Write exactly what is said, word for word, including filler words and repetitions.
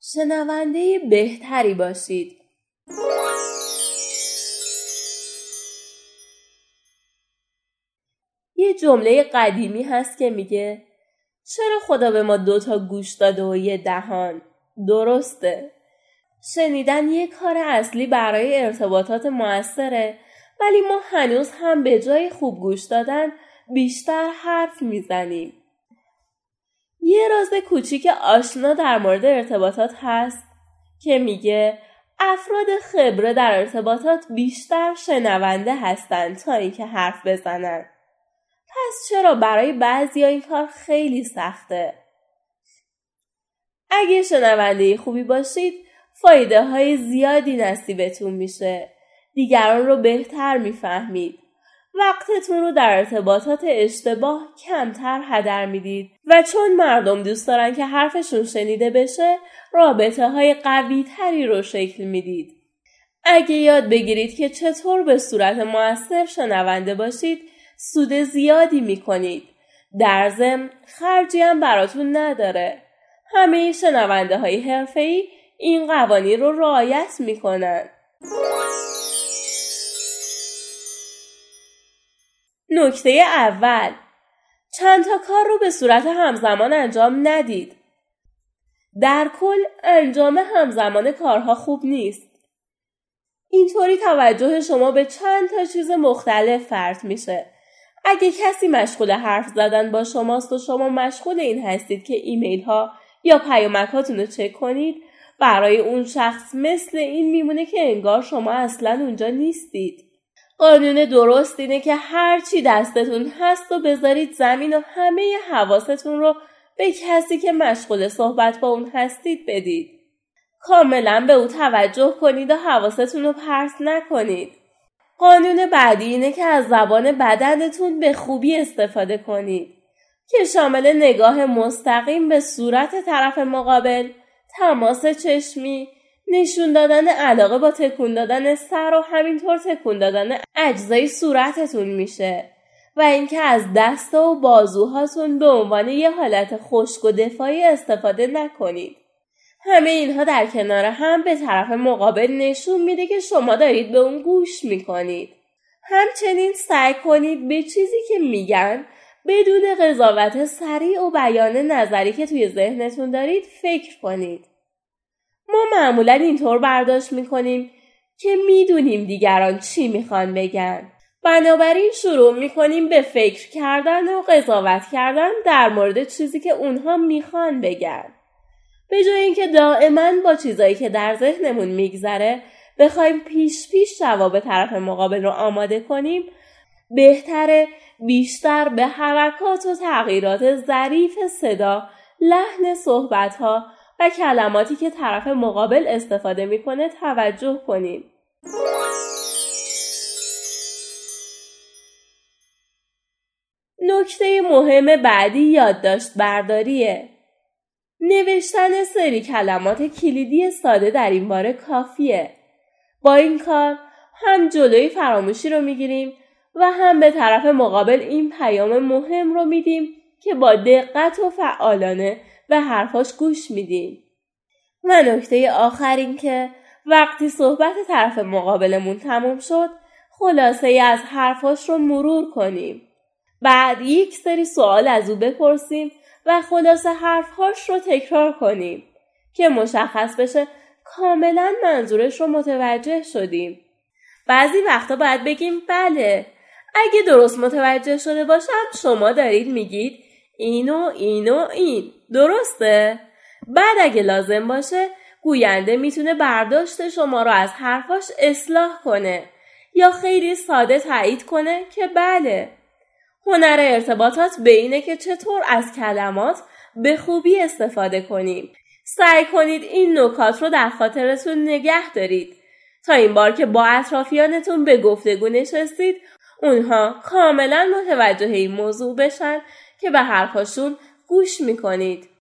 شنونده بهتری باشید. یه جمله قدیمی هست که میگه چرا خدا به ما دوتا گوش داده و یه دهان؟ درسته. شنیدن یه کار اصلی برای ارتباطات مؤثره، ولی ما هنوز هم به جای خوب گوش دادن بیشتر حرف میزنیم. یه راز کوچیک آشنا در مورد ارتباطات هست که میگه افراد خبره در ارتباطات بیشتر شنونده هستند تا اینکه حرف بزنن. پس چرا برای بعضیا این کار خیلی سخته؟ اگه شنونده خوبی باشید، فایده های زیادی نصیبتون میشه. دیگران رو بهتر میفهمید. وقتتون رو در ارتباطات اشتباه کمتر هدر میدید و چون مردم دوست دارن که حرفشون شنیده بشه، رابطه های قوی تری رو شکل میدید. اگه یاد بگیرید که چطور به صورت مؤثر شنونده باشید، سود زیادی میکنید. در ضمن خرجی هم براتون نداره. همه شنونده های حرفه‌ای این قوانین رو رعایت میکنن. نکته اول، چند تا کار رو به صورت همزمان انجام ندید. در کل انجام همزمان کارها خوب نیست. اینطوری توجه شما به چند تا چیز مختلف فرط میشه. اگه کسی مشغول حرف زدن با شماست و شما مشغول این هستید که ایمیل ها یا پیامکاتون رو چک کنید، برای اون شخص مثل این میمونه که انگار شما اصلا اونجا نیستید. قانون درست اینه که هر چی دستتون هست و بذارید زمین و همه حواستون رو به کسی که مشغول صحبت با اون هستید بدید. کاملا به او توجه کنید و حواستون رو پرت نکنید. قانون بعدی اینه که از زبان بدنتون به خوبی استفاده کنید که شامل نگاه مستقیم به صورت طرف مقابل، تماس چشمی، نشون دادن علاقه با تکون دادن سر و همینطور تکون دادن اجزای صورتتون میشه و اینکه از دست و بازوهاتون به عنوان یه حالت خشک و دفاعی استفاده نکنید. همه اینها در کنار هم به طرف مقابل نشون میده که شما دارید به اون گوش میکنید. همچنین سعی کنید به چیزی که میگن بدون قضاوت سریع و بیان نظری که توی ذهنتون دارید فکر کنید. ما معمولا اینطور برداشت میکنیم که میدونیم دیگران چی میخوان بگن. بنابراین شروع میکنیم به فکر کردن و قضاوت کردن در مورد چیزی که اونها میخوان بگن. به جای اینکه دائما با چیزایی که در ذهنمون میگذره بخوایم پیش پیش جواب طرف مقابل رو آماده کنیم، بهتره بیشتر به حرکات و تغییرات ظریف صدا، لحن صحبت‌ها و کلماتی که طرف مقابل استفاده میکنه توجه کنیم. نکته مهم بعدی یادداشت برداریه. نوشتن سری کلمات کلیدی ساده در این باره کافیه. با این کار هم جلوی فراموشی رو میگیریم و هم به طرف مقابل این پیام مهم رو میدیم که با دقت و فعالانه به حرفاش گوش میدیم. و نکته آخر این که وقتی صحبت طرف مقابلمون تموم شد، خلاصه ای از حرفاش رو مرور کنیم. بعد یک سری سوال از او بپرسیم و خلاصه حرفهاش رو تکرار کنیم که مشخص بشه کاملا منظورش رو متوجه شدیم. بعضی وقتا باید بگیم بله، اگه درست متوجه شده باشم شما دارید میگید اینو اینو این، درسته؟ بعد اگه لازم باشه گوینده میتونه برداشت شما رو از حرفاش اصلاح کنه یا خیلی ساده تایید کنه که بله. هنر ارتباطات به اینه که چطور از کلمات به خوبی استفاده کنیم. سعی کنید این نکات رو در خاطرتون نگه دارید تا این بار که با اطرافیانتون به گفتگو نشستید اونها کاملا متوجه این موضوع بشن که به حرفاشون گوش میکنید.